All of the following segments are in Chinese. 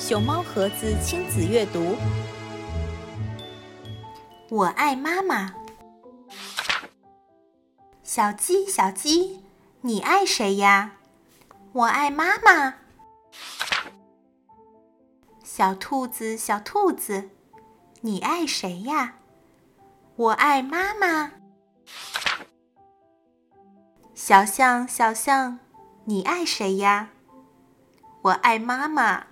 熊猫盒子亲子阅读。我爱妈妈。小鸡，小鸡，你爱谁呀？我爱妈妈。小兔子，小兔子，你爱谁呀？我爱妈妈。小象，小象，你爱谁呀？我爱妈妈。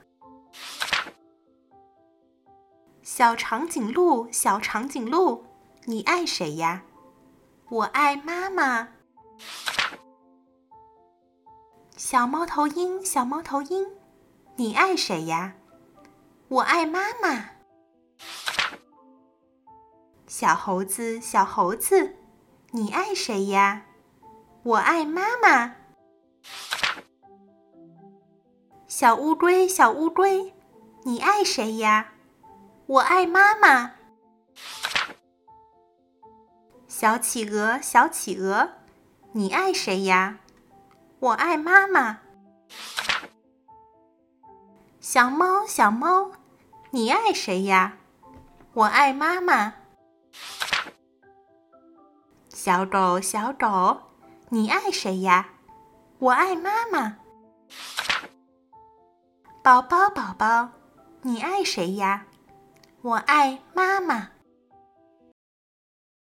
小长颈鹿，小长颈鹿，你爱谁呀？我爱妈妈。小猫头鹰，小猫头鹰，你爱谁呀？我爱妈妈。小猴子，小猴子，你爱谁呀？我爱妈妈。小乌龟，小乌龟，你爱谁呀？我爱妈妈。小企鹅，小企鹅，你爱谁呀？我爱妈妈。小猫，小猫，你爱谁呀？我爱妈妈。小狗，小狗，你爱谁呀？我爱妈妈。宝宝，宝宝，你爱谁呀？我爱妈妈。